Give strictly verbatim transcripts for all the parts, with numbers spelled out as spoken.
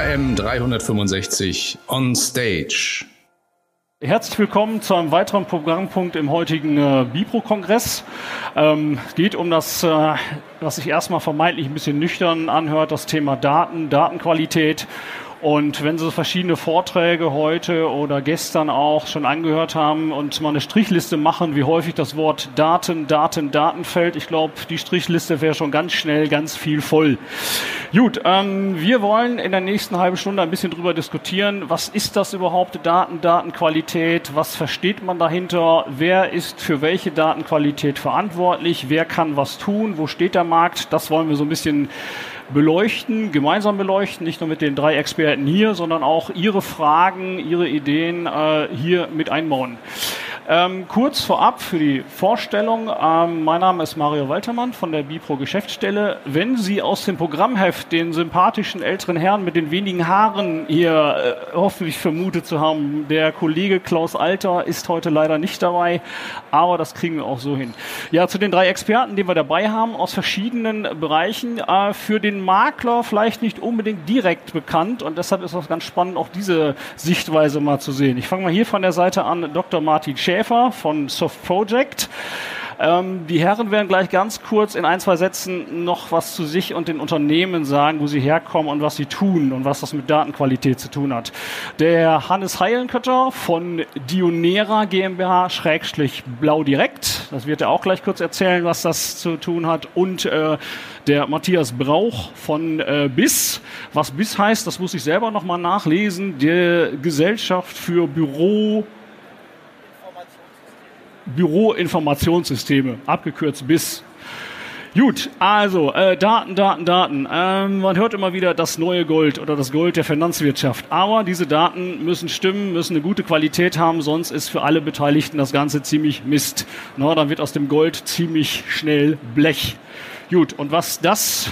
M dreihundertfünfundsechzig on Stage. Herzlich willkommen zu einem weiteren Programmpunkt im heutigen äh, BIPRO-Kongress. Ähm, es geht um das, äh, was sich erstmal vermeintlich ein bisschen nüchtern anhört, das Thema Daten, Datenqualität. Und wenn Sie verschiedene Vorträge heute oder gestern auch schon angehört haben und mal eine Strichliste machen, wie häufig das Wort Daten, Daten, Daten fällt, ich glaube, die Strichliste wäre schon ganz schnell ganz viel voll. Gut, ähm, wir wollen in der nächsten halben Stunde ein bisschen drüber diskutieren, was ist das überhaupt, Daten, Datenqualität, was versteht man dahinter, wer ist für welche Datenqualität verantwortlich, wer kann was tun, wo steht der Markt, das wollen wir so ein bisschen beleuchten, gemeinsam beleuchten, nicht nur mit den drei Experten hier, sondern auch Ihre Fragen, Ihre Ideen äh, hier mit einbauen. Ähm, kurz vorab für die Vorstellung, ähm, mein Name ist Mario Waltermann von der BIPRO Geschäftsstelle. Wenn Sie aus dem Programmheft den sympathischen älteren Herrn mit den wenigen Haaren hier äh, hoffentlich vermutet zu haben, der Kollege Klaus Alter ist heute leider nicht dabei, aber das kriegen wir auch so hin. Ja, zu den drei Experten, die wir dabei haben, aus verschiedenen Bereichen, äh, für den Makler vielleicht nicht unbedingt direkt bekannt und deshalb ist es ganz spannend, auch diese Sichtweise mal zu sehen. Ich fange mal hier von der Seite an, Doktor Martin Schäfer von Soft Project. Ähm, die Herren werden gleich ganz kurz in ein, zwei Sätzen noch was zu sich und den Unternehmen sagen, wo sie herkommen und was sie tun und was das mit Datenqualität zu tun hat. Der Hannes Heilenkötter von Dionera GmbH Schrägstrich Blau Direkt. Das wird er auch gleich kurz erzählen, was das zu tun hat. Und äh, der Matthias Brauch von äh, B I S. Was B I S heißt, das muss ich selber nochmal nachlesen. Der Gesellschaft für Büro Büroinformationssysteme, abgekürzt B I S. Gut, also äh, Daten, Daten, Daten. Ähm, man hört immer wieder das neue Gold oder das Gold der Finanzwirtschaft. Aber diese Daten müssen stimmen, müssen eine gute Qualität haben, sonst ist für alle Beteiligten das Ganze ziemlich Mist. Na, dann wird aus dem Gold ziemlich schnell Blech. Gut, und was das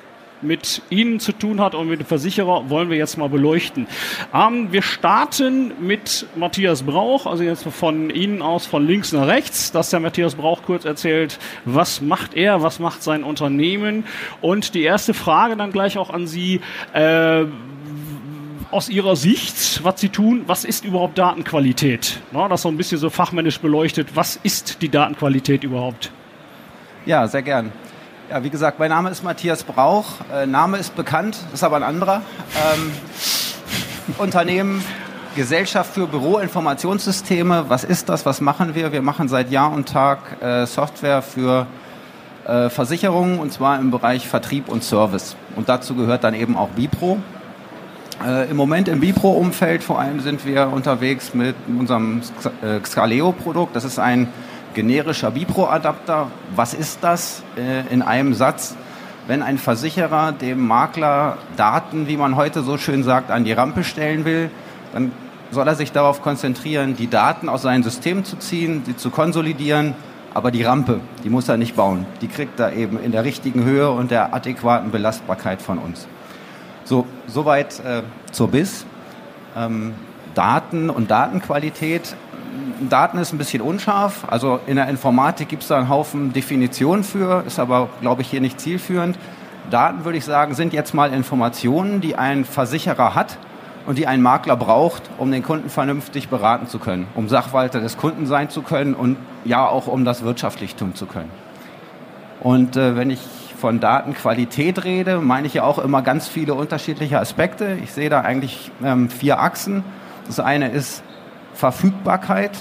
mit Ihnen zu tun hat und mit dem Versicherer, wollen wir jetzt mal beleuchten. Ähm, wir starten mit Matthias Brauch, also jetzt von Ihnen aus von links nach rechts, dass der Matthias Brauch kurz erzählt, was macht er, was macht sein Unternehmen und die erste Frage dann gleich auch an Sie, äh, aus Ihrer Sicht, was Sie tun, was ist überhaupt Datenqualität? Na, das so ein bisschen so fachmännisch beleuchtet, was ist die Datenqualität überhaupt? Ja, sehr gern. Ja, wie gesagt, mein Name ist Matthias Brauch. Äh, Name ist bekannt, ist aber ein anderer. Ähm, Unternehmen, Gesellschaft für Büroinformationssysteme. Was ist das? Was machen wir? Wir machen seit Jahr und Tag äh, Software für äh, Versicherungen und zwar im Bereich Vertrieb und Service. Und dazu gehört dann eben auch BIPRO. Äh, Im Moment im BIPRO-Umfeld vor allem sind wir unterwegs mit unserem Xaleo-Produkt. Das ist ein generischer BIPRO-Adapter. Was ist das? Äh, in einem Satz, wenn ein Versicherer dem Makler Daten, wie man heute so schön sagt, an die Rampe stellen will, dann soll er sich darauf konzentrieren, die Daten aus seinem System zu ziehen, sie zu konsolidieren, aber die Rampe, die muss er nicht bauen. Die kriegt er eben in der richtigen Höhe und der adäquaten Belastbarkeit von uns. So, soweit äh, zur B I S. Ähm, Daten und Datenqualität. Daten ist ein bisschen unscharf, also in der Informatik gibt es da einen Haufen Definitionen für, ist aber, glaube ich, hier nicht zielführend. Daten, würde ich sagen, sind jetzt mal Informationen, die ein Versicherer hat und die ein Makler braucht, um den Kunden vernünftig beraten zu können, um Sachwalter des Kunden sein zu können und ja auch um das wirtschaftlich tun zu können. Und äh, wenn ich von Datenqualität rede, meine ich ja auch immer ganz viele unterschiedliche Aspekte. Ich sehe da eigentlich ähm, vier Achsen. Das eine ist Verfügbarkeit.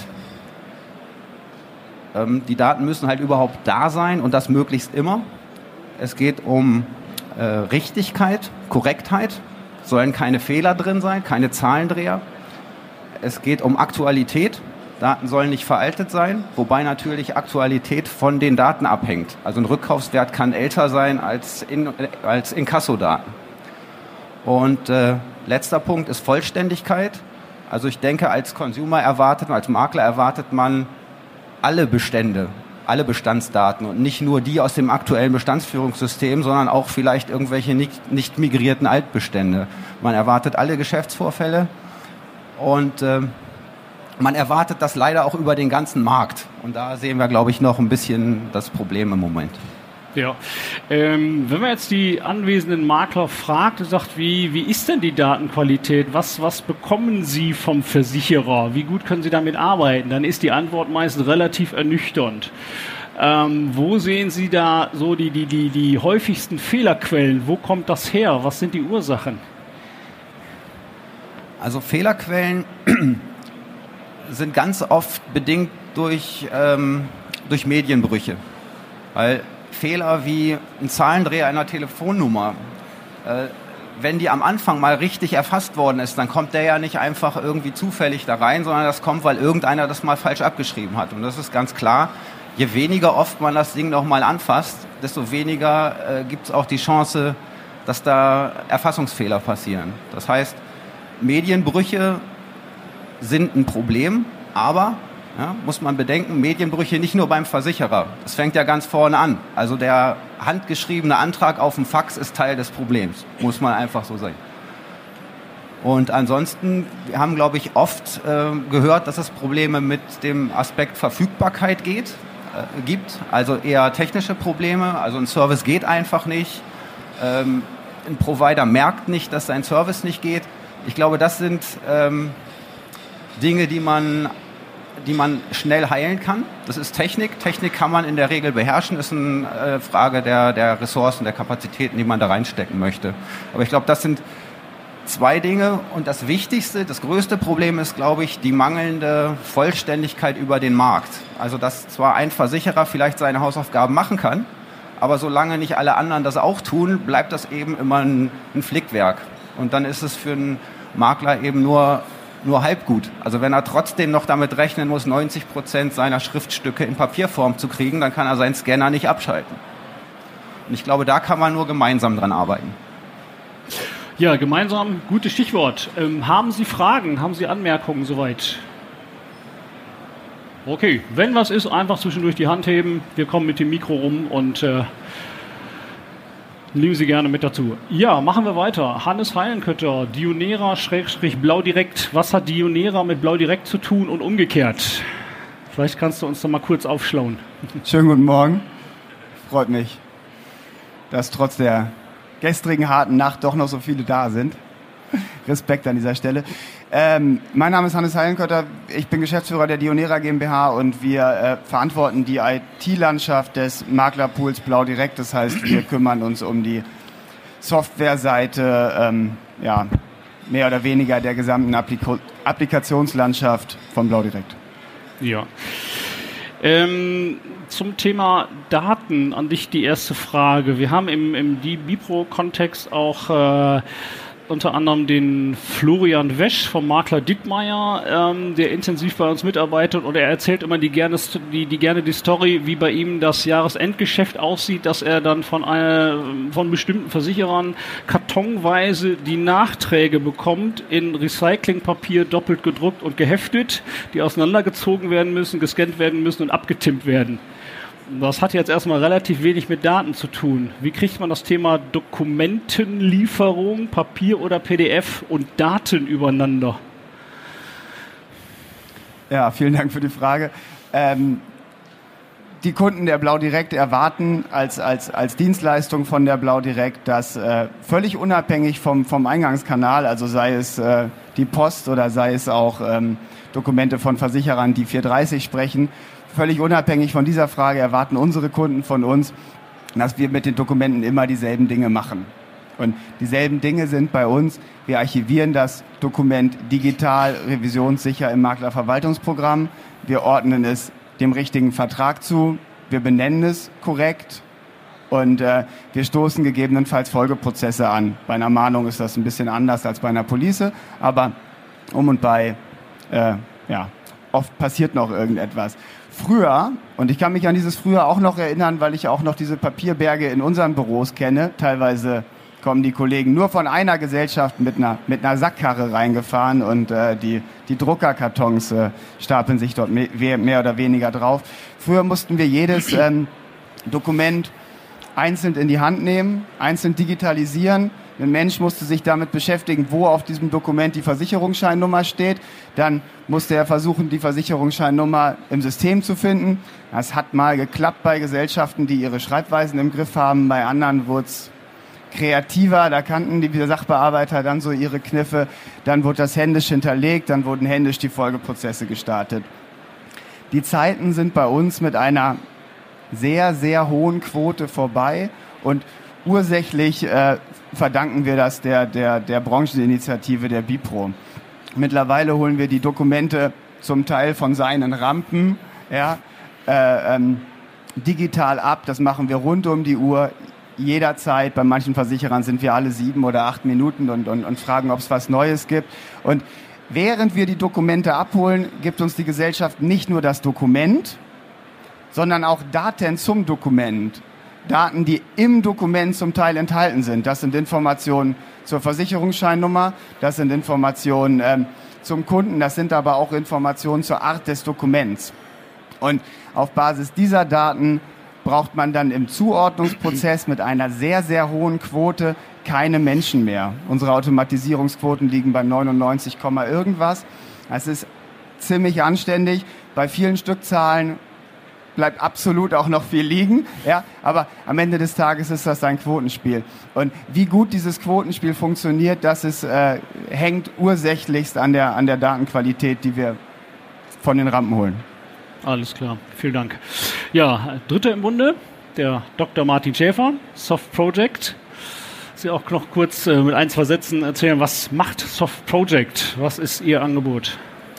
Ähm, die Daten müssen halt überhaupt da sein und das möglichst immer. Es geht um äh, Richtigkeit, Korrektheit. Sollen keine Fehler drin sein, keine Zahlendreher. Es geht um Aktualität. Daten sollen nicht veraltet sein, wobei natürlich Aktualität von den Daten abhängt. Also ein Rückkaufswert kann älter sein als, in, als Inkasso-Daten. Und äh, letzter Punkt ist Vollständigkeit. Also ich denke, als Consumer erwartet man, als Makler erwartet man alle Bestände, alle Bestandsdaten und nicht nur die aus dem aktuellen Bestandsführungssystem, sondern auch vielleicht irgendwelche nicht, nicht migrierten Altbestände. Man erwartet alle Geschäftsvorfälle und äh, man erwartet das leider auch über den ganzen Markt. Und da sehen wir, glaube ich, noch ein bisschen das Problem im Moment. Ja, ähm, wenn man jetzt die anwesenden Makler fragt und sagt, wie, wie ist denn die Datenqualität? Was, was bekommen Sie vom Versicherer? Wie gut können Sie damit arbeiten? Dann ist die Antwort meist relativ ernüchternd. Ähm, wo sehen Sie da so die, die, die, die häufigsten Fehlerquellen? Wo kommt das her? Was sind die Ursachen? Also Fehlerquellen sind ganz oft bedingt durch, ähm, durch Medienbrüche. Weil Fehler wie ein Zahlendreher einer Telefonnummer, äh, wenn die am Anfang mal richtig erfasst worden ist, dann kommt der ja nicht einfach irgendwie zufällig da rein, sondern das kommt, weil irgendeiner das mal falsch abgeschrieben hat. Und das ist ganz klar, je weniger oft man das Ding noch mal anfasst, desto weniger äh, gibt es auch die Chance, dass da Erfassungsfehler passieren. Das heißt, Medienbrüche sind ein Problem, aber ja, muss man bedenken, Medienbrüche nicht nur beim Versicherer. Das fängt ja ganz vorne an. Also der handgeschriebene Antrag auf dem Fax ist Teil des Problems, muss man einfach so sagen. Und ansonsten, wir haben, glaube ich, oft äh, gehört, dass es Probleme mit dem Aspekt Verfügbarkeit geht, äh, gibt. Also eher technische Probleme. Also ein Service geht einfach nicht. Ähm, ein Provider merkt nicht, dass sein Service nicht geht. Ich glaube, das sind ähm, Dinge, die man die man schnell heilen kann. Das ist Technik. Technik kann man in der Regel beherrschen. Das ist eine äh, Frage der, der Ressourcen, der Kapazitäten, die man da reinstecken möchte. Aber ich glaube, das sind zwei Dinge. Und das Wichtigste, das größte Problem ist, glaube ich, die mangelnde Vollständigkeit über den Markt. Also, dass zwar ein Versicherer vielleicht seine Hausaufgaben machen kann, aber solange nicht alle anderen das auch tun, bleibt das eben immer ein, ein Flickwerk. Und dann ist es für einen Makler eben nur nur halb gut. Also wenn er trotzdem noch damit rechnen muss, neunzig Prozent seiner Schriftstücke in Papierform zu kriegen, dann kann er seinen Scanner nicht abschalten. Und ich glaube, da kann man nur gemeinsam dran arbeiten. Ja, gemeinsam, gutes Stichwort. Ähm, haben Sie Fragen, haben Sie Anmerkungen soweit? Okay, wenn was ist, einfach zwischendurch die Hand heben. Wir kommen mit dem Mikro rum und äh, nehmen Sie gerne mit dazu. Ja, machen wir weiter. Hannes Heilenkötter, Dionera-Blau Direkt. Was hat Dionera mit Blau Direkt zu tun und umgekehrt? Vielleicht kannst du uns da mal kurz aufschlauen. Schönen guten Morgen. Freut mich, dass trotz der gestrigen harten Nacht doch noch so viele da sind. Respekt an dieser Stelle. Ähm, mein Name ist Hannes Heilenkötter. Ich bin Geschäftsführer der Dionera GmbH und wir äh, verantworten die I T-Landschaft des Maklerpools Blau Direkt. Das heißt, wir kümmern uns um die Softwareseite, ähm, ja, mehr oder weniger der gesamten Applika- Applikationslandschaft von Blau Direkt. Ja. Ähm, zum Thema Daten an dich die erste Frage. Wir haben im, im Bipro-Kontext auch äh, unter anderem den Florian Wesch vom Makler Dittmeier, ähm, der intensiv bei uns mitarbeitet, und er erzählt immer die gerne, die, die gerne die Story, wie bei ihm das Jahresendgeschäft aussieht, dass er dann von einer, von bestimmten Versicherern kartonweise die Nachträge bekommt, in Recyclingpapier doppelt gedruckt und geheftet, die auseinandergezogen werden müssen, gescannt werden müssen und abgetimpt werden. Das hat jetzt erstmal relativ wenig mit Daten zu tun. Wie kriegt man das Thema Dokumentenlieferung, Papier oder P D F und Daten übereinander? Ja, vielen Dank für die Frage. Ähm, die Kunden der Blau Direkt erwarten als, als, als Dienstleistung von der Blau Direkt, dass äh, völlig unabhängig vom, vom Eingangskanal, also sei es äh, die Post oder sei es auch ähm, Dokumente von Versicherern, die vierhundertdreißig sprechen, völlig unabhängig von dieser Frage erwarten unsere Kunden von uns, dass wir mit den Dokumenten immer dieselben Dinge machen. Und dieselben Dinge sind bei uns, wir archivieren das Dokument digital, revisionssicher im Maklerverwaltungsprogramm, wir ordnen es dem richtigen Vertrag zu, wir benennen es korrekt und äh, wir stoßen gegebenenfalls Folgeprozesse an. Bei einer Mahnung ist das ein bisschen anders als bei einer Police, aber um und bei, äh, ja, oft passiert noch irgendetwas. Früher, und ich kann mich an dieses Früher auch noch erinnern, weil ich auch noch diese Papierberge in unseren Büros kenne. Teilweise kommen die Kollegen nur von einer Gesellschaft mit einer, mit einer Sackkarre reingefahren und äh, die, die Druckerkartons äh, stapeln sich dort mehr, mehr oder weniger drauf. Früher mussten wir jedes ähm, Dokument einzeln in die Hand nehmen, einzeln digitalisieren. Ein Mensch musste sich damit beschäftigen, wo auf diesem Dokument die Versicherungsscheinnummer steht. Dann musste er versuchen, die Versicherungsscheinnummer im System zu finden. Das hat mal geklappt bei Gesellschaften, die ihre Schreibweisen im Griff haben. Bei anderen wurde es kreativer. Da kannten die Sachbearbeiter dann so ihre Kniffe. Dann wurde das händisch hinterlegt. Dann wurden händisch die Folgeprozesse gestartet. Die Zeiten sind bei uns mit einer sehr, sehr hohen Quote vorbei. Und ursächlich äh, verdanken wir das der, der, der Brancheninitiative der BIPRO. Mittlerweile holen wir die Dokumente zum Teil von seinen Rampen ja, äh, ähm, digital ab. Das machen wir rund um die Uhr, jederzeit. Bei manchen Versicherern sind wir alle sieben oder acht Minuten und, und, und fragen, ob es was Neues gibt. Und während wir die Dokumente abholen, gibt uns die Gesellschaft nicht nur das Dokument, sondern auch Daten zum Dokument. Daten, die im Dokument zum Teil enthalten sind. Das sind Informationen zur Versicherungsscheinnummer, das sind Informationen ähm, zum Kunden, das sind aber auch Informationen zur Art des Dokuments. Und auf Basis dieser Daten braucht man dann im Zuordnungsprozess mit einer sehr, sehr hohen Quote keine Menschen mehr. Unsere Automatisierungsquoten liegen bei neunundneunzig, irgendwas. Das ist ziemlich anständig. Bei vielen Stückzahlen bleibt absolut auch noch viel liegen, ja, aber am Ende des Tages ist das ein Quotenspiel. Und wie gut dieses Quotenspiel funktioniert, das ist, äh, hängt ursächlichst an der, an der Datenqualität, die wir von den Rampen holen. Alles klar, vielen Dank. Ja, Dritter im Bunde, der Doktor Martin Schäfer, Soft Project. Sie auch noch kurz äh, mit ein, zwei Sätzen erzählen, was macht Soft Project? Was ist Ihr Angebot?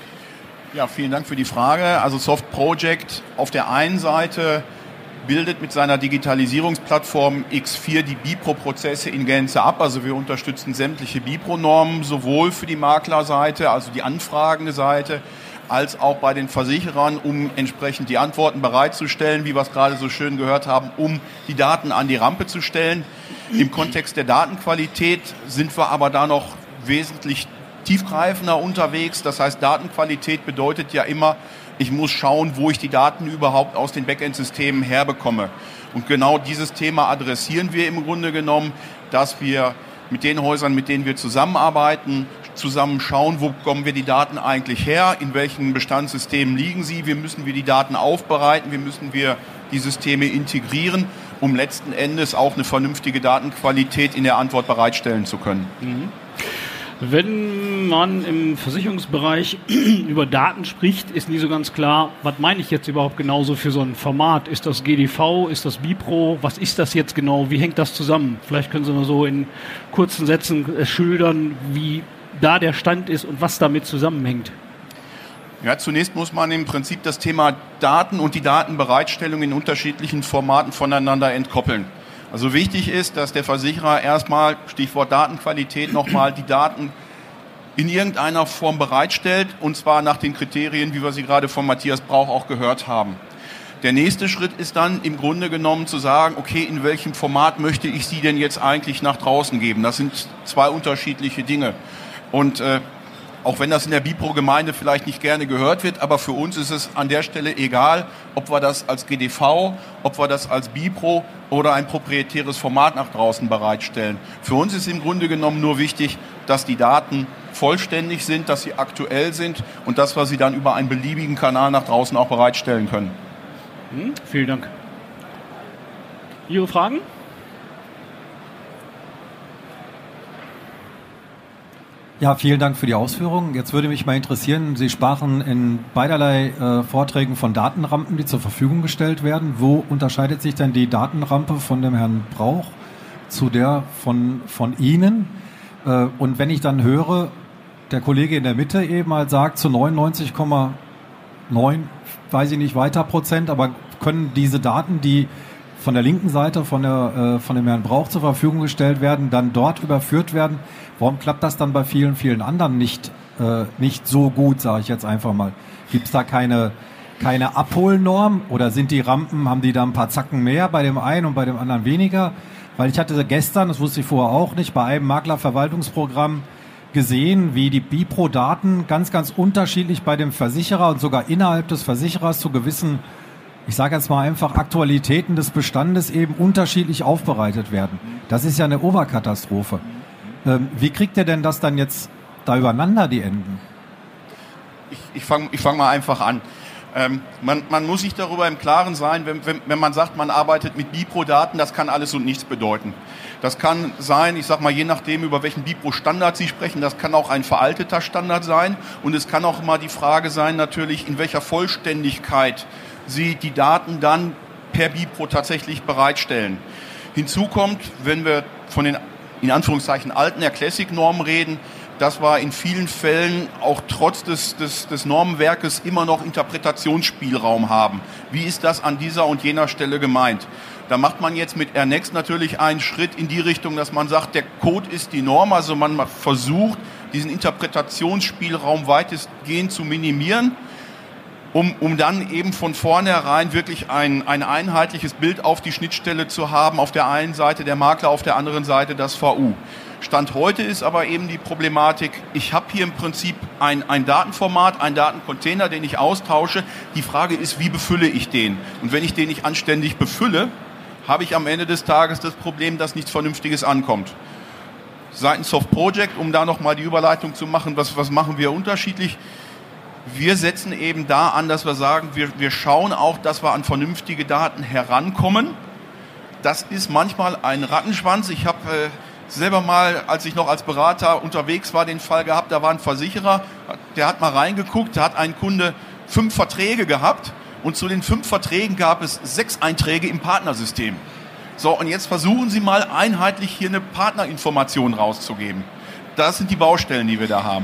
Ja, vielen Dank für die Frage. Also Soft Project auf der einen Seite bildet mit seiner Digitalisierungsplattform X vier die BIPRO-Prozesse in Gänze ab. Also wir unterstützen sämtliche BIPRO-Normen, sowohl für die Maklerseite, also die anfragende Seite, als auch bei den Versicherern, um entsprechend die Antworten bereitzustellen, wie wir es gerade so schön gehört haben, um die Daten an die Rampe zu stellen. Im Kontext der Datenqualität sind wir aber da noch wesentlich tiefgreifender unterwegs. Das heißt, Datenqualität bedeutet ja immer, ich muss schauen, wo ich die Daten überhaupt aus den Backend-Systemen herbekomme. Und genau dieses Thema adressieren wir im Grunde genommen, dass wir mit den Häusern, mit denen wir zusammenarbeiten, zusammen schauen, wo bekommen wir die Daten eigentlich her, in welchen Bestandssystemen liegen sie, wie müssen wir die Daten aufbereiten, wie müssen wir die Systeme integrieren, um letzten Endes auch eine vernünftige Datenqualität in der Antwort bereitstellen zu können. Mhm. Wenn man im Versicherungsbereich über Daten spricht, ist nie so ganz klar, was meine ich jetzt überhaupt genauso für so ein Format? Ist das G D V? Ist das BIPRO? Was ist das jetzt genau? Wie hängt das zusammen? Vielleicht können Sie mal so in kurzen Sätzen schildern, wie da der Stand ist und was damit zusammenhängt. Ja, zunächst muss man im Prinzip das Thema Daten und die Datenbereitstellung in unterschiedlichen Formaten voneinander entkoppeln. Also wichtig ist, dass der Versicherer erstmal, Stichwort Datenqualität, nochmal die Daten in irgendeiner Form bereitstellt, und zwar nach den Kriterien, wie wir sie gerade von Matthias Brauch auch gehört haben. Der nächste Schritt ist dann im Grunde genommen zu sagen, okay, in welchem Format möchte ich sie denn jetzt eigentlich nach draußen geben? Das sind zwei unterschiedliche Dinge. Und äh, auch wenn das in der BIPRO-Gemeinde vielleicht nicht gerne gehört wird, aber für uns ist es an der Stelle egal, ob wir das als G D V, ob wir das als BIPRO oder ein proprietäres Format nach draußen bereitstellen. Für uns ist im Grunde genommen nur wichtig, dass die Daten vollständig sind, dass sie aktuell sind und dass wir sie dann über einen beliebigen Kanal nach draußen auch bereitstellen können. Hm, vielen Dank. Ihre Fragen? Ja, vielen Dank für die Ausführungen. Jetzt würde mich mal interessieren, Sie sprachen in beiderlei äh, Vorträgen von Datenrampen, die zur Verfügung gestellt werden. Wo unterscheidet sich denn die Datenrampe von dem Herrn Brauch zu der von, von Ihnen? Äh, und wenn ich dann höre, der Kollege in der Mitte eben halt sagt, zu neunundneunzig Komma neun, weiß ich nicht, weiter Prozent, aber können diese Daten, die von der linken Seite von, der, äh, von dem Herrn Brauch zur Verfügung gestellt werden, dann dort überführt werden. Warum klappt das dann bei vielen, vielen anderen nicht, äh, nicht so gut, sage ich jetzt einfach mal? Gibt es da keine, keine Abholnorm oder sind die Rampen, haben die da ein paar Zacken mehr bei dem einen und bei dem anderen weniger? Weil ich hatte gestern, das wusste ich vorher auch nicht, bei einem Maklerverwaltungsprogramm gesehen, wie die BIPRO-Daten ganz, ganz unterschiedlich bei dem Versicherer und sogar innerhalb des Versicherers zu gewissen, ich sage jetzt mal einfach, Aktualitäten des Bestandes eben unterschiedlich aufbereitet werden. Das ist ja eine Oberkatastrophe. Ähm, wie kriegt ihr denn das dann jetzt da übereinander, die Enden? Ich, ich fange ich fang mal einfach an. Ähm, man, man muss sich darüber im Klaren sein, wenn, wenn, wenn man sagt, man arbeitet mit Bipro-Daten, das kann alles und nichts bedeuten. Das kann sein, ich sag mal, je nachdem, über welchen Bipro-Standard Sie sprechen, das kann auch ein veralteter Standard sein. Und es kann auch immer die Frage sein, natürlich, in welcher Vollständigkeit Sie die Daten dann per Bipro tatsächlich bereitstellen. Hinzu kommt, wenn wir von den, in Anführungszeichen, alten Air Classic-Normen reden, dass wir in vielen Fällen auch trotz des, des, des Normenwerkes immer noch Interpretationsspielraum haben. Wie ist das an dieser und jener Stelle gemeint? Da macht man jetzt mit Air Next natürlich einen Schritt in die Richtung, dass man sagt, der Code ist die Norm, also man versucht, diesen Interpretationsspielraum weitestgehend zu minimieren, um, um dann eben von vornherein wirklich ein, ein einheitliches Bild auf die Schnittstelle zu haben, auf der einen Seite der Makler, auf der anderen Seite das V U. Stand heute ist aber eben die Problematik, ich habe hier im Prinzip ein, ein Datenformat, einen Datencontainer, den ich austausche. Die Frage ist, wie befülle ich den? Und wenn ich den nicht anständig befülle, habe ich am Ende des Tages das Problem, dass nichts Vernünftiges ankommt. Seitens Soft Project, um da nochmal die Überleitung zu machen, was, was machen wir unterschiedlich? Wir setzen eben da an, dass wir sagen, wir, wir schauen auch, dass wir an vernünftige Daten herankommen. Das ist manchmal ein Rattenschwanz. Ich habe äh, selber mal, als ich noch als Berater unterwegs war, den Fall gehabt, da war ein Versicherer, der hat mal reingeguckt, da hat ein Kunde fünf Verträge gehabt und zu den fünf Verträgen gab es sechs Einträge im Partnersystem. So, und jetzt versuchen Sie mal einheitlich hier eine Partnerinformation rauszugeben. Das sind die Baustellen, die wir da haben.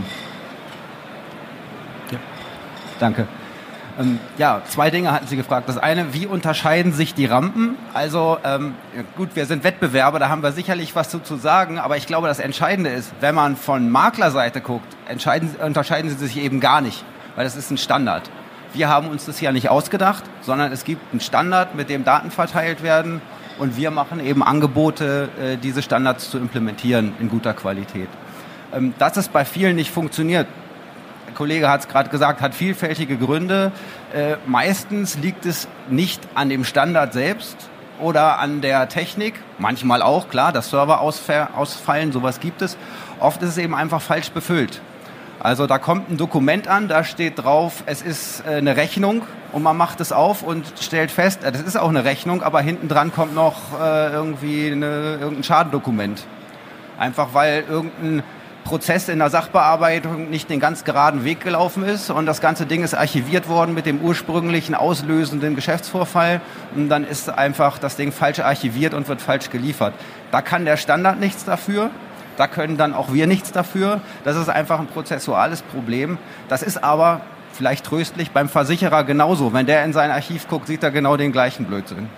Ja. Danke. Ähm, ja, zwei Dinge hatten Sie gefragt. Das eine, wie unterscheiden sich die Rampen? Also ähm, gut, wir sind Wettbewerber, da haben wir sicherlich was zu, zu sagen, aber ich glaube, das Entscheidende ist, wenn man von Maklerseite guckt, entscheiden, unterscheiden sie sich eben gar nicht, weil das ist ein Standard. Wir haben uns das ja nicht ausgedacht, sondern es gibt einen Standard, mit dem Daten verteilt werden und wir machen eben Angebote, äh, diese Standards zu implementieren in guter Qualität. Ähm, dass es bei vielen nicht funktioniert, der Kollege hat es gerade gesagt, hat vielfältige Gründe. Äh, meistens liegt es nicht an dem Standard selbst oder an der Technik. Manchmal auch, klar, dass Server ausfall, ausfallen, sowas gibt es. Oft ist es eben einfach falsch befüllt. Also da kommt ein Dokument an, da steht drauf, es ist äh, eine Rechnung und man macht es auf und stellt fest, äh, das ist auch eine Rechnung, aber hinten dran kommt noch äh, irgendwie eine, irgendein Schadendokument. Einfach weil irgendein Prozess in der Sachbearbeitung nicht den ganz geraden Weg gelaufen ist und das ganze Ding ist archiviert worden mit dem ursprünglichen auslösenden Geschäftsvorfall und dann ist einfach das Ding falsch archiviert und wird falsch geliefert. Da kann der Standard nichts dafür, da können dann auch wir nichts dafür. Das ist einfach ein prozessuales Problem. Das ist aber vielleicht tröstlich beim Versicherer genauso. Wenn der in sein Archiv guckt, sieht er genau den gleichen Blödsinn.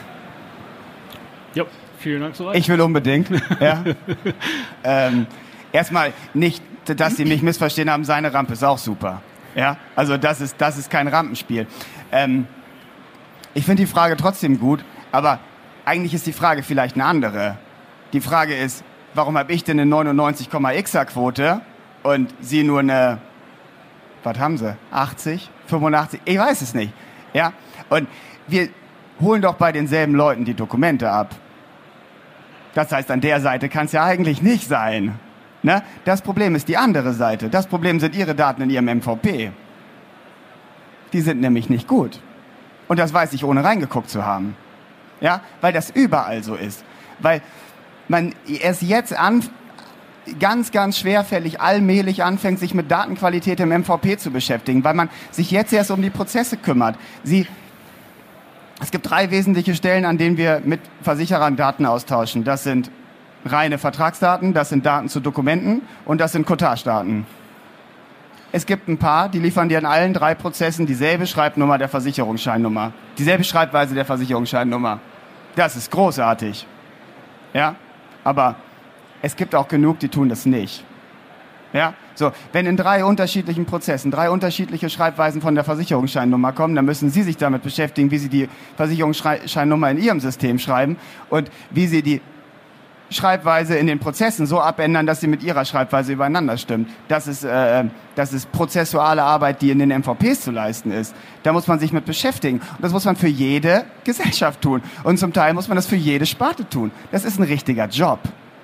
Ja, vielen Dank soweit. Ich will unbedingt. Ja. ähm, Erstmal nicht, dass Sie mich missverstehen haben, seine Rampe ist auch super. Ja, also das ist, das ist kein Rampenspiel. Ähm, ich finde die Frage trotzdem gut, aber eigentlich ist die Frage vielleicht eine andere. Die Frage ist, warum habe ich denn eine neunundneunzig Komma x-er Quote und Sie nur eine, was haben Sie, achtzig, fünfundachtzig, ich weiß es nicht. Ja, und wir holen doch bei denselben Leuten die Dokumente ab. Das heißt, an der Seite kann es ja eigentlich nicht sein. Ne? Das Problem ist die andere Seite. Das Problem sind Ihre Daten in Ihrem M V P. Die sind nämlich nicht gut. Und das weiß ich, ohne reingeguckt zu haben. Ja? Weil das überall so ist. Weil man erst jetzt an, ganz, ganz schwerfällig, allmählich anfängt, sich mit Datenqualität im M V P zu beschäftigen. Weil man sich jetzt erst um die Prozesse kümmert. Sie, es gibt drei wesentliche Stellen, an denen wir mit Versicherern Daten austauschen. Das sind reine Vertragsdaten, das sind Daten zu Dokumenten und das sind Cottage-Daten. Es gibt ein paar, die liefern dir in allen drei Prozessen dieselbe Schreibnummer der Versicherungsscheinnummer, dieselbe Schreibweise der Versicherungsscheinnummer. Das ist großartig. Ja, aber es gibt auch genug, die tun das nicht. Ja, so, wenn in drei unterschiedlichen Prozessen drei unterschiedliche Schreibweisen von der Versicherungsscheinnummer kommen, dann müssen Sie sich damit beschäftigen, wie Sie die Versicherungsscheinnummer in Ihrem System schreiben und wie Sie die Schreibweise in den Prozessen so abändern, dass sie mit ihrer Schreibweise übereinander stimmt. Das ist, äh, das ist prozessuale Arbeit, die in den M V Ps zu leisten ist. Da muss man sich mit beschäftigen. Und das muss man für jede Gesellschaft tun. Und zum Teil muss man das für jede Sparte tun. Das ist ein richtiger Job.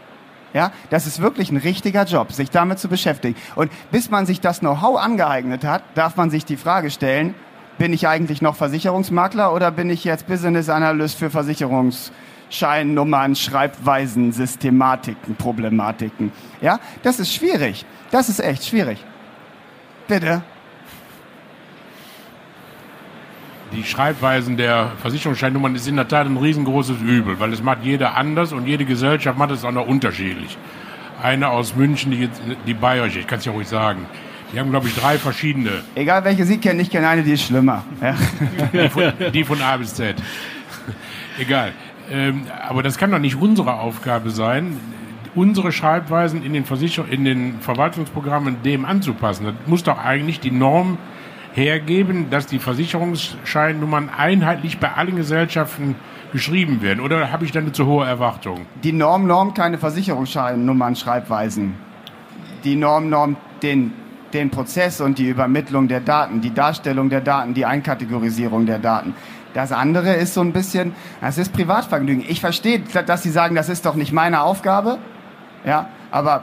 Ja, das ist wirklich ein richtiger Job, sich damit zu beschäftigen. Und bis man sich das Know-how angeeignet hat, darf man sich die Frage stellen, bin ich eigentlich noch Versicherungsmakler oder bin ich jetzt Business Analyst für Versicherungsscheinnummern, Schreibweisen, Systematiken, Problematiken? Ja, das ist schwierig. Das ist echt schwierig. Bitte? Die Schreibweisen der Versicherungsscheinnummern ist in der Tat ein riesengroßes Übel, weil es macht jeder anders und jede Gesellschaft macht es auch noch unterschiedlich. Eine aus München, die, die bayerische, ich kann es ja ruhig sagen, die haben, glaube ich, drei verschiedene. Egal welche Sie kennen, ich kenne eine, die ist schlimmer. Ja. Die, von, die von A bis Z. Egal. Ähm, aber das kann doch nicht unsere Aufgabe sein, unsere Schreibweisen in den, Versicher- in den Verwaltungsprogrammen dem anzupassen. Das muss doch eigentlich die Norm hergeben, dass die Versicherungsscheinnummern einheitlich bei allen Gesellschaften geschrieben werden. Oder habe ich da eine zu hohe Erwartung? Die Norm normt keine Versicherungsscheinnummern, Schreibweisen. Die Norm normt den, den Prozess und die Übermittlung der Daten, die Darstellung der Daten, die Einkategorisierung der Daten. Das andere ist so ein bisschen, das ist Privatvergnügen. Ich verstehe, dass Sie sagen, das ist doch nicht meine Aufgabe, ja, aber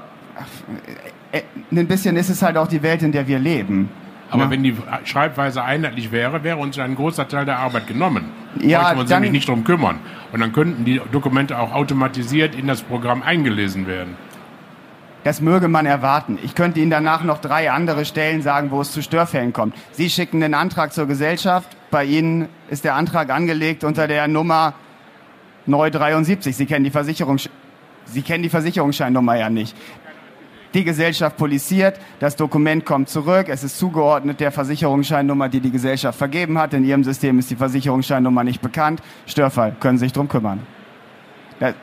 ein bisschen ist es halt auch die Welt, in der wir leben. Aber ja. wenn die Schreibweise einheitlich wäre, wäre uns ein großer Teil der Arbeit genommen. Ja, bräuchten wir uns dann, nämlich nicht drum kümmern. Und dann könnten die Dokumente auch automatisiert in das Programm eingelesen werden. Das möge man erwarten. Ich könnte Ihnen danach noch drei andere Stellen sagen, wo es zu Störfällen kommt. Sie schicken den Antrag zur Gesellschaft. Bei Ihnen ist der Antrag angelegt unter der Nummer neu dreiundsiebzig. Sie kennen die Versicherung, Sie kennen die Versicherungsscheinnummer ja nicht. Die Gesellschaft poliziert, das Dokument kommt zurück, es ist zugeordnet der Versicherungsscheinnummer, die die Gesellschaft vergeben hat. In Ihrem System ist die Versicherungsscheinnummer nicht bekannt. Störfall, können Sie sich drum kümmern. Das,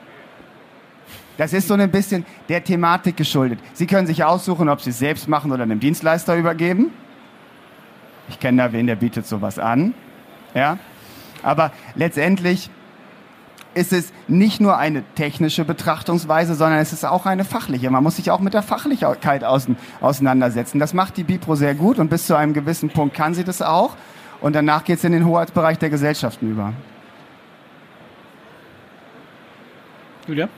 das ist so ein bisschen der Thematik geschuldet. Sie können sich aussuchen, ob Sie es selbst machen oder einem Dienstleister übergeben. Ich kenne da wen, der bietet sowas an. Ja? Aber letztendlich ist es nicht nur eine technische Betrachtungsweise, sondern es ist auch eine fachliche. Man muss sich auch mit der Fachlichkeit auseinandersetzen. Das macht die BIPRO sehr gut und bis zu einem gewissen Punkt kann sie das auch. Und danach geht es in den Hoheitsbereich der Gesellschaften über. Julia?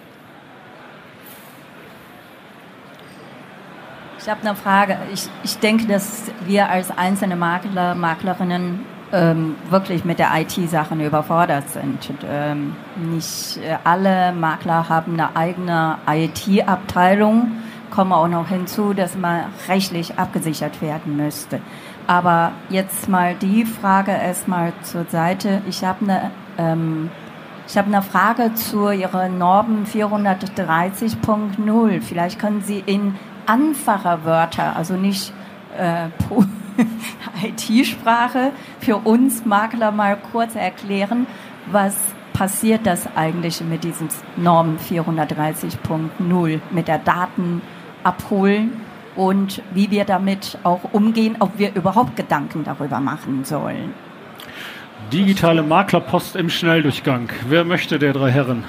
Ich habe eine Frage. Ich, ich denke, dass wir als einzelne Makler, Maklerinnen ähm, wirklich mit der I T-Sachen überfordert sind. Ähm, nicht äh, alle Makler haben eine eigene I T-Abteilung. Kommen auch noch hinzu, dass man rechtlich abgesichert werden müsste. Aber jetzt mal die Frage erstmal zur Seite. Ich habe eine, ähm, ich habe eine Frage zu Ihrer Norm vierhundertdreißig Punkt null. Vielleicht können Sie in einfacher Wörter, also nicht äh, I T-Sprache, für uns Makler mal kurz erklären, was passiert das eigentlich mit diesem Norm vierhundertdreißig Punkt null, mit der Daten abholen und wie wir damit auch umgehen, ob wir überhaupt Gedanken darüber machen sollen. Digitale Maklerpost im Schnelldurchgang. Wer möchte der drei Herren?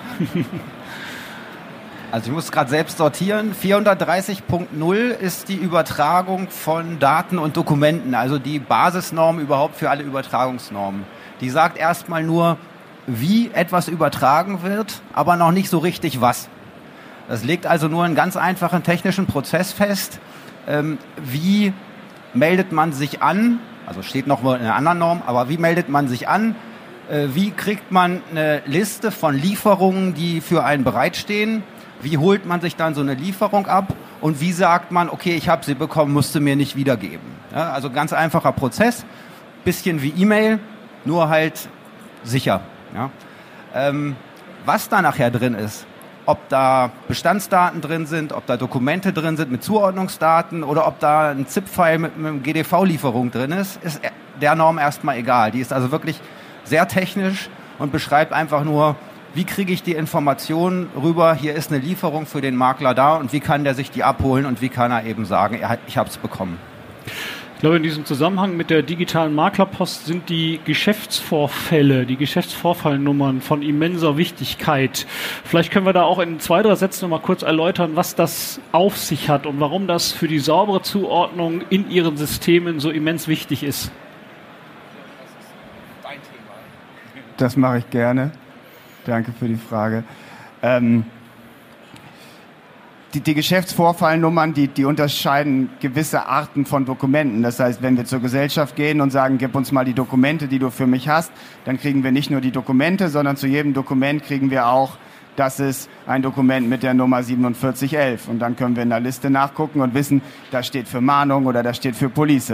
Also ich muss gerade selbst sortieren. vierhundertdreißig Punkt null ist die Übertragung von Daten und Dokumenten, also die Basisnorm überhaupt für alle Übertragungsnormen. Die sagt erstmal nur, wie etwas übertragen wird, aber noch nicht so richtig was. Das legt also nur einen ganz einfachen technischen Prozess fest. Ähm, wie meldet man sich an? Also steht noch mal in einer anderen Norm, aber wie meldet man sich an? Äh, wie kriegt man eine Liste von Lieferungen, die für einen bereitstehen? Wie holt man sich dann so eine Lieferung ab? Und wie sagt man, okay, ich habe sie bekommen, musste mir nicht wiedergeben? Ja, also ganz einfacher Prozess, bisschen wie E-Mail, nur halt sicher. Ja. Ähm, was da nachher drin ist, ob da Bestandsdaten drin sind, ob da Dokumente drin sind mit Zuordnungsdaten oder ob da ein ZIP-File mit einer G D V-Lieferung drin ist, ist der Norm erstmal egal. Die ist also wirklich sehr technisch und beschreibt einfach nur, wie kriege ich die Informationen rüber, hier ist eine Lieferung für den Makler da und wie kann der sich die abholen und wie kann er eben sagen, ich habe es bekommen. Ich glaube, in diesem Zusammenhang mit der digitalen Maklerpost sind die Geschäftsvorfälle, die Geschäftsvorfallnummern von immenser Wichtigkeit. Vielleicht können wir da auch in zwei, drei Sätzen noch mal kurz erläutern, was das auf sich hat und warum das für die saubere Zuordnung in Ihren Systemen so immens wichtig ist. Das mache ich gerne. Danke für die Frage. Ähm, die, die Geschäftsvorfallnummern, die, die unterscheiden gewisse Arten von Dokumenten. Das heißt, wenn wir zur Gesellschaft gehen und sagen, gib uns mal die Dokumente, die du für mich hast, dann kriegen wir nicht nur die Dokumente, sondern zu jedem Dokument kriegen wir auch, das ist ein Dokument mit der Nummer siebenundvierzig elf. Und dann können wir in der Liste nachgucken und wissen, das steht für Mahnung oder das steht für Police.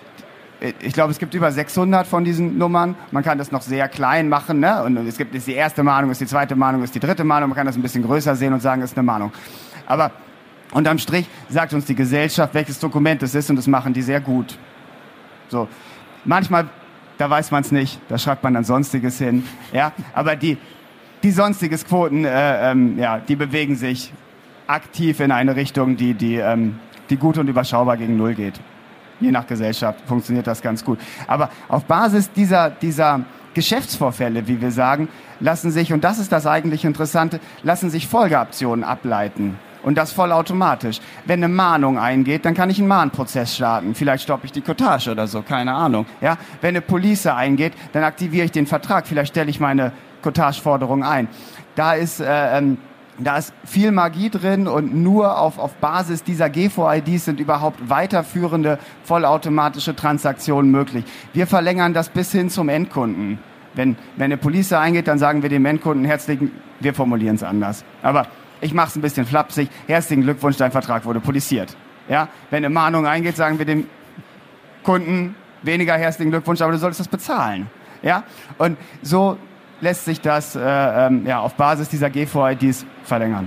Ich glaube, es gibt über sechshundert von diesen Nummern. Man kann das noch sehr klein machen, ne? Und es gibt, ist die erste Mahnung, ist die zweite Mahnung, ist die dritte Mahnung. Man kann das ein bisschen größer sehen und sagen, es ist eine Mahnung. Aber unterm Strich sagt uns die Gesellschaft, welches Dokument es ist, und das machen die sehr gut. So. Manchmal, da weiß man es nicht, da schreibt man dann Sonstiges hin. Ja? Aber die, die Sonstiges Quoten, äh, ähm, ja, die bewegen sich aktiv in eine Richtung, die, die, ähm, die gut und überschaubar gegen Null geht. Je nach Gesellschaft funktioniert das ganz gut. Aber auf Basis dieser, dieser Geschäftsvorfälle, wie wir sagen, lassen sich, und das ist das eigentlich Interessante, lassen sich Folgeaktionen ableiten. Und das vollautomatisch. Wenn eine Mahnung eingeht, dann kann ich einen Mahnprozess starten. Vielleicht stoppe ich die Cottage oder so, keine Ahnung. Ja? Wenn eine Police eingeht, dann aktiviere ich den Vertrag. Vielleicht stelle ich meine Cottageforderung ein. Da ist, äh, ähm, da ist viel Magie drin, und nur auf, auf Basis dieser G V I Ds sind überhaupt weiterführende vollautomatische Transaktionen möglich. Wir verlängern das bis hin zum Endkunden. Wenn, wenn eine Police eingeht, dann sagen wir dem Endkunden herzlichen, wir formulieren es anders. Aber ich mache es ein bisschen flapsig. Herzlichen Glückwunsch, dein Vertrag wurde poliziert. Ja? Wenn eine Mahnung eingeht, sagen wir dem Kunden weniger herzlichen Glückwunsch, aber du solltest das bezahlen. Ja? Und so lässt sich das äh, ähm, ja, auf Basis dieser G V I Ds verlängern.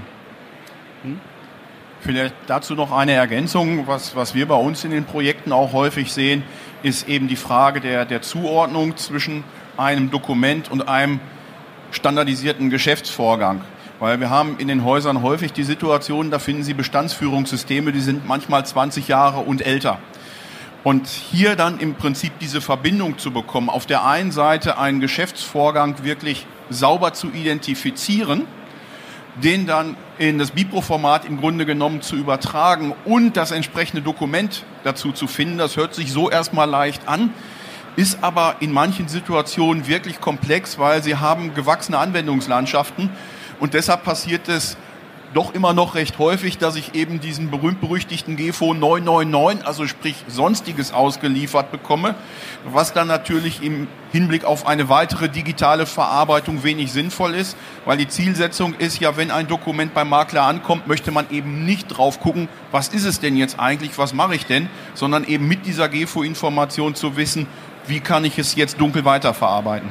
Hm? Vielleicht dazu noch eine Ergänzung. Was, was wir bei uns in den Projekten auch häufig sehen, ist eben die Frage der, der Zuordnung zwischen einem Dokument und einem standardisierten Geschäftsvorgang. Weil wir haben in den Häusern häufig die Situation, da finden Sie Bestandsführungssysteme, die sind manchmal zwanzig Jahre und älter. Und hier dann im Prinzip diese Verbindung zu bekommen, auf der einen Seite einen Geschäftsvorgang wirklich sauber zu identifizieren, den dann in das Bipro-Format im Grunde genommen zu übertragen und das entsprechende Dokument dazu zu finden, das hört sich so erstmal leicht an, ist aber in manchen Situationen wirklich komplex, weil Sie haben gewachsene Anwendungslandschaften. Und deshalb passiert es doch immer noch recht häufig, dass ich eben diesen berühmt-berüchtigten G V neun neun neun, also sprich Sonstiges, ausgeliefert bekomme, was dann natürlich im Hinblick auf eine weitere digitale Verarbeitung wenig sinnvoll ist, weil die Zielsetzung ist ja, wenn ein Dokument beim Makler ankommt, möchte man eben nicht drauf gucken, was ist es denn jetzt eigentlich, was mache ich denn, sondern eben mit dieser G V Information zu wissen, wie kann ich es jetzt dunkel weiterverarbeiten.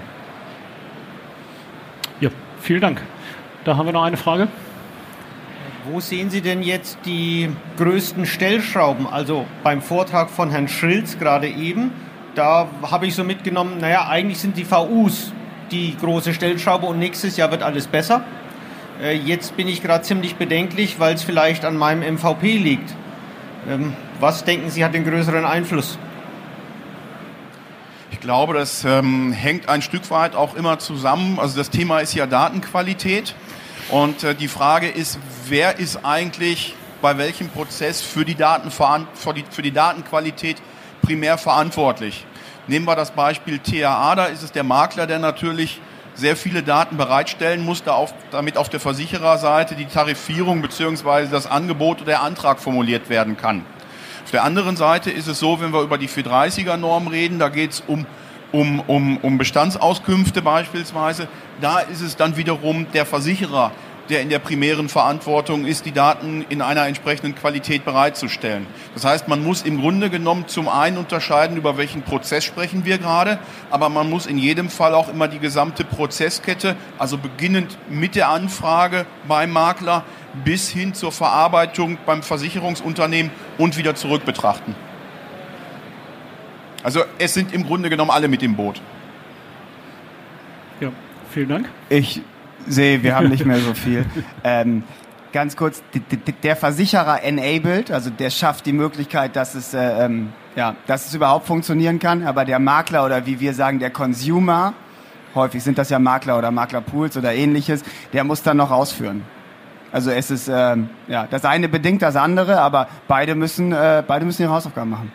Ja, vielen Dank. Da haben wir noch eine Frage. Wo sehen Sie denn jetzt die größten Stellschrauben? Also beim Vortrag von Herrn Schrilz gerade eben, da habe ich so mitgenommen, naja, eigentlich sind die V Us die große Stellschraube und nächstes Jahr wird alles besser. Äh, jetzt bin ich gerade ziemlich bedenklich, weil es vielleicht an meinem M V P liegt. Ähm, was denken Sie, hat den größeren Einfluss? Ich glaube, das ähm, hängt ein Stück weit auch immer zusammen. Also das Thema ist ja Datenqualität. Und äh, die Frage ist, wer ist eigentlich bei welchem Prozess für die, Datenveran- für die, für die Datenqualität primär verantwortlich? Nehmen wir das Beispiel T A A, da ist es der Makler, der natürlich sehr viele Daten bereitstellen muss, da auf, damit auf der Versichererseite die Tarifierung bzw. das Angebot oder der Antrag formuliert werden kann. Auf der anderen Seite ist es so, wenn wir über die vier dreißiger Norm reden, da geht es um, um, um, um Bestandsauskünfte beispielsweise. Da ist es dann wiederum der Versicherer, der in der primären Verantwortung ist, die Daten in einer entsprechenden Qualität bereitzustellen. Das heißt, man muss im Grunde genommen zum einen unterscheiden, über welchen Prozess sprechen wir gerade, aber man muss in jedem Fall auch immer die gesamte Prozesskette, also beginnend mit der Anfrage beim Makler bis hin zur Verarbeitung beim Versicherungsunternehmen und wieder zurück betrachten. Also es sind im Grunde genommen alle mit im Boot. Ja, vielen Dank. Ich sehe, wir haben nicht mehr so viel. Ähm, ganz kurz, d- d- der Versicherer enabled, also der schafft die Möglichkeit, dass es, äh, ähm, ja, dass es überhaupt funktionieren kann, aber der Makler oder wie wir sagen, der Consumer, häufig sind das ja Makler oder Maklerpools oder ähnliches, der muss dann noch ausführen. Also es ist, ähm, ja, das eine bedingt das andere, aber beide müssen, äh, beide müssen ihre Hausaufgaben machen.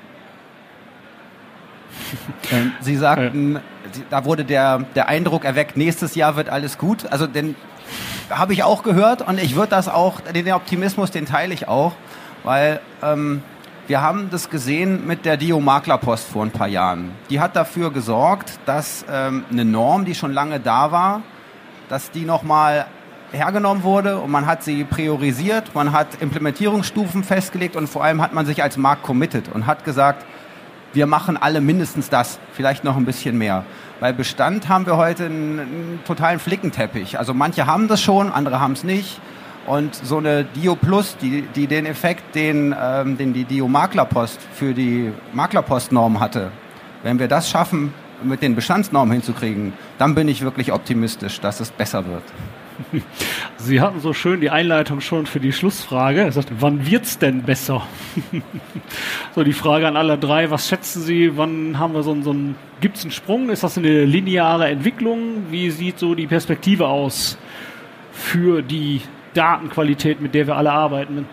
Ähm, Sie sagten, da wurde der, der Eindruck erweckt, nächstes Jahr wird alles gut. Also denn habe ich auch gehört und ich würde das auch, den Optimismus, den teile ich auch, weil ähm, wir haben das gesehen mit der D I O-Maklerpost vor ein paar Jahren. Die hat dafür gesorgt, dass ähm, eine Norm, die schon lange da war, dass die nochmal hergenommen wurde und man hat sie priorisiert, man hat Implementierungsstufen festgelegt und vor allem hat man sich als Markt committed und hat gesagt, wir machen alle mindestens das, vielleicht noch ein bisschen mehr. Bei Bestand haben wir heute einen, einen totalen Flickenteppich. Also manche haben das schon, andere haben es nicht. Und so eine D I O Plus, die, die den Effekt, den, ähm, den die D I O-Maklerpost für die Maklerpostnorm hatte, wenn wir das schaffen, mit den Bestandsnormen hinzukriegen, dann bin ich wirklich optimistisch, dass es besser wird. Sie hatten so schön die Einleitung schon für die Schlussfrage. Er sagt, wann wird's denn besser? So, die Frage an alle drei, was schätzen Sie, wann haben wir so einen, so einen, gibt's einen Sprung? Ist das eine lineare Entwicklung? Wie sieht so die Perspektive aus für die Datenqualität, mit der wir alle arbeiten?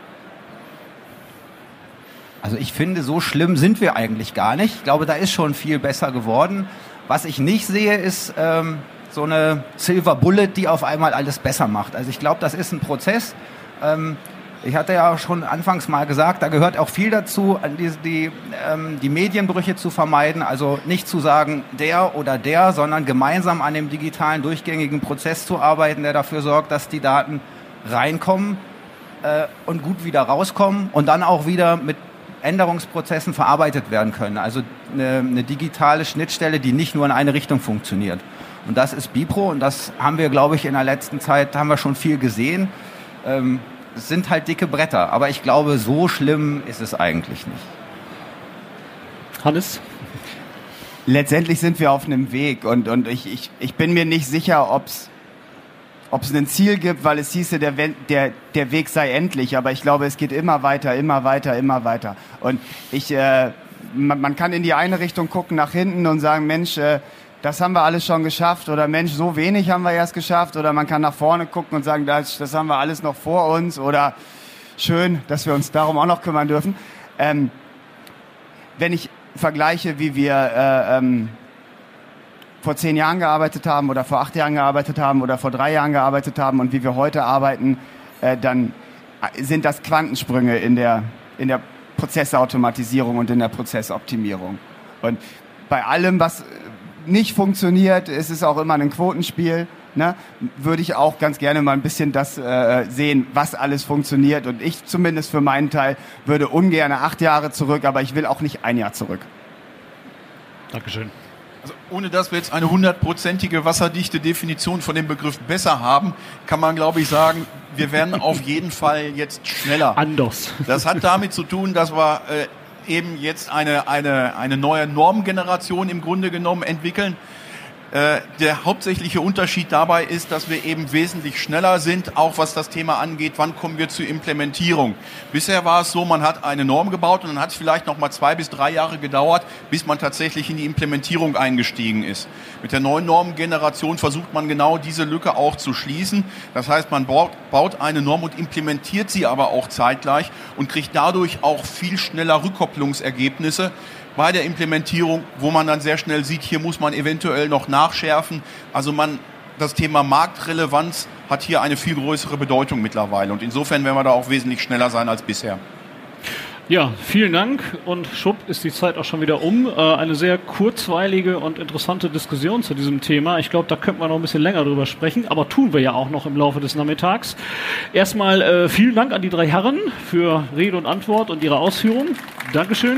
Also ich finde, so schlimm sind wir eigentlich gar nicht. Ich glaube, da ist schon viel besser geworden. Was ich nicht sehe, ist ähm, so eine Silver Bullet, die auf einmal alles besser macht. Also ich glaube, das ist ein Prozess. Ähm, ich hatte ja schon anfangs mal gesagt, da gehört auch viel dazu, die, die, ähm, die Medienbrüche zu vermeiden. Also nicht zu sagen, der oder der, sondern gemeinsam an dem digitalen, durchgängigen Prozess zu arbeiten, der dafür sorgt, dass die Daten reinkommen äh, und gut wieder rauskommen und dann auch wieder mit Änderungsprozessen verarbeitet werden können. Also eine, eine digitale Schnittstelle, die nicht nur in eine Richtung funktioniert. Und das ist Bipro und das haben wir, glaube ich, in der letzten Zeit, haben wir schon viel gesehen. Ähm, es sind halt dicke Bretter, aber ich glaube, so schlimm ist es eigentlich nicht. Hannes? Letztendlich sind wir auf einem Weg und, und ich, ich, ich bin mir nicht sicher, ob es ob es ein Ziel gibt, weil es hieße, der, der, der Weg sei endlich, aber ich glaube, es geht immer weiter, immer weiter, immer weiter. Und ich, äh, man, man kann in die eine Richtung gucken, nach hinten und sagen, Mensch, äh, das haben wir alles schon geschafft oder Mensch, so wenig haben wir erst geschafft oder man kann nach vorne gucken und sagen, das, das haben wir alles noch vor uns oder schön, dass wir uns darum auch noch kümmern dürfen. Ähm, wenn ich vergleiche, wie wir äh, ähm, vor zehn Jahren gearbeitet haben oder vor acht Jahren gearbeitet haben oder vor drei Jahren gearbeitet haben und wie wir heute arbeiten, äh, dann sind das Quantensprünge in der, in der Prozessautomatisierung und in der Prozessoptimierung. Und bei allem, was nicht funktioniert, ist es auch immer ein Quotenspiel, ne? Würde ich auch ganz gerne mal ein bisschen das äh, sehen, was alles funktioniert. Und ich zumindest für meinen Teil würde ungern acht Jahre zurück, aber ich will auch nicht ein Jahr zurück. Dankeschön. Also ohne dass wir jetzt eine hundertprozentige wasserdichte Definition von dem Begriff besser haben, kann man, glaube ich, sagen, wir werden auf jeden Fall jetzt schneller. Anders. Das hat damit zu tun, dass wir äh, eben jetzt eine, eine, eine neue Normgeneration im Grunde genommen entwickeln. Äh, der hauptsächliche Unterschied dabei ist, dass wir eben wesentlich schneller sind, auch was das Thema angeht, wann kommen wir zur Implementierung. Bisher war es so, man hat eine Norm gebaut und dann hat es vielleicht noch mal zwei bis drei Jahre gedauert, bis man tatsächlich in die Implementierung eingestiegen ist. Mit der neuen Normgeneration versucht man genau diese Lücke auch zu schließen. Das heißt, man baut, baut eine Norm und implementiert sie aber auch zeitgleich und kriegt dadurch auch viel schneller Rückkopplungsergebnisse bei der Implementierung, wo man dann sehr schnell sieht, hier muss man eventuell noch nachschärfen. Also man, das Thema Marktrelevanz hat hier eine viel größere Bedeutung mittlerweile. Und insofern werden wir da auch wesentlich schneller sein als bisher. Ja, vielen Dank und schwupp ist die Zeit auch schon wieder um. Äh, eine sehr kurzweilige und interessante Diskussion zu diesem Thema. Ich glaube, da könnten wir noch ein bisschen länger drüber sprechen, aber tun wir ja auch noch im Laufe des Nachmittags. Erstmal äh, vielen Dank an die drei Herren für Rede und Antwort und ihre Ausführungen. Dankeschön.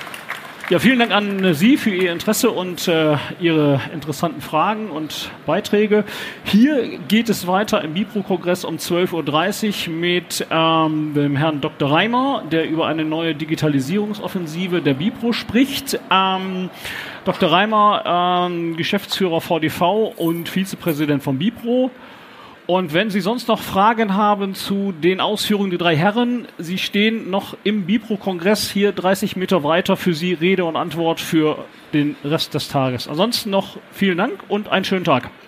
Ja, vielen Dank an Sie für Ihr Interesse und äh, Ihre interessanten Fragen und Beiträge. Hier geht es weiter im Bipro-Kongress um zwölf Uhr dreißig mit ähm, dem Herrn Doktor Reimer, der über eine neue Digitalisierungsoffensive der Bipro spricht. Ähm, Doktor Reimer, ähm, Geschäftsführer V D V und Vizepräsident von Bipro. Und wenn Sie sonst noch Fragen haben zu den Ausführungen der drei Herren, Sie stehen noch im Bipro-Kongress hier dreißig Meter weiter für Sie Rede und Antwort für den Rest des Tages. Ansonsten noch vielen Dank und einen schönen Tag.